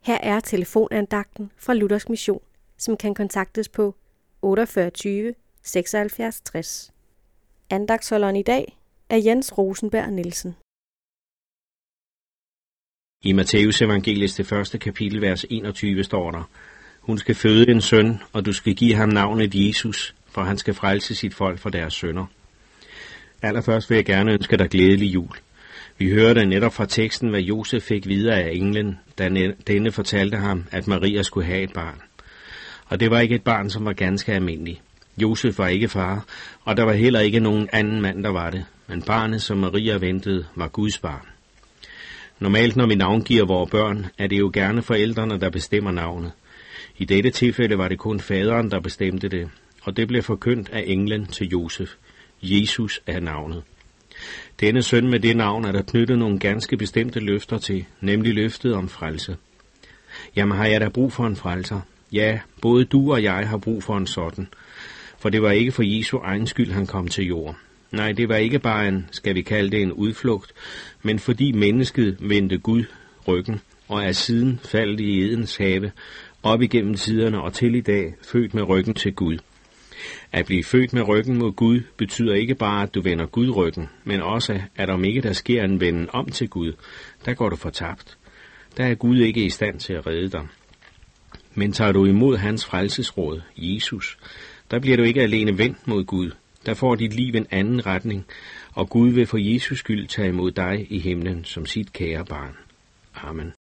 Her er telefonandagten fra Luthersk Mission, som kan kontaktes på 48 76 60. Andagtsholderen i dag er Jens Rosenberg Nielsen. I Matteus evangeliets det første kapitel, vers 21, står der: Hun skal føde en søn, og du skal give ham navnet Jesus, for han skal frelse sit folk fra deres synder. Allerførst vil jeg gerne ønske dig glædelig jul. Vi hørte netop fra teksten, hvad Josef fik videre af englen, da denne fortalte ham, at Maria skulle have et barn. Og det var ikke et barn, som var ganske almindelig. Josef var ikke far, og der var heller ikke nogen anden mand, der var det. Men barnet, som Maria ventede, var Guds barn. Normalt, når vi navngiver vores børn, er det jo gerne forældrene, der bestemmer navnet. I dette tilfælde var det kun faderen, der bestemte det, og det blev forkyndt af englen til Josef. Jesus er navnet. Denne søn med det navn er der knyttet nogle ganske bestemte løfter til, nemlig løftet om frelse. Jamen har jeg da brug for en frelser? Ja, både du og jeg har brug for en sådan. For det var ikke for Jesu egen skyld, han kom til jorden. Nej, det var ikke bare en, skal vi kalde det en udflugt, men fordi mennesket vendte Gud ryggen, og er siden faldet i Edens have, op igennem tiderne og til i dag født med ryggen til Gud. At blive født med ryggen mod Gud betyder ikke bare, at du vender Gud ryggen, men også, at om ikke der sker en venden om til Gud, der går du fortabt. Der er Gud ikke i stand til at redde dig. Men tager du imod hans frelsesråd, Jesus, der bliver du ikke alene vendt mod Gud. Der får dit liv en anden retning, og Gud vil for Jesus skyld tage imod dig i himlen som sit kære barn. Amen.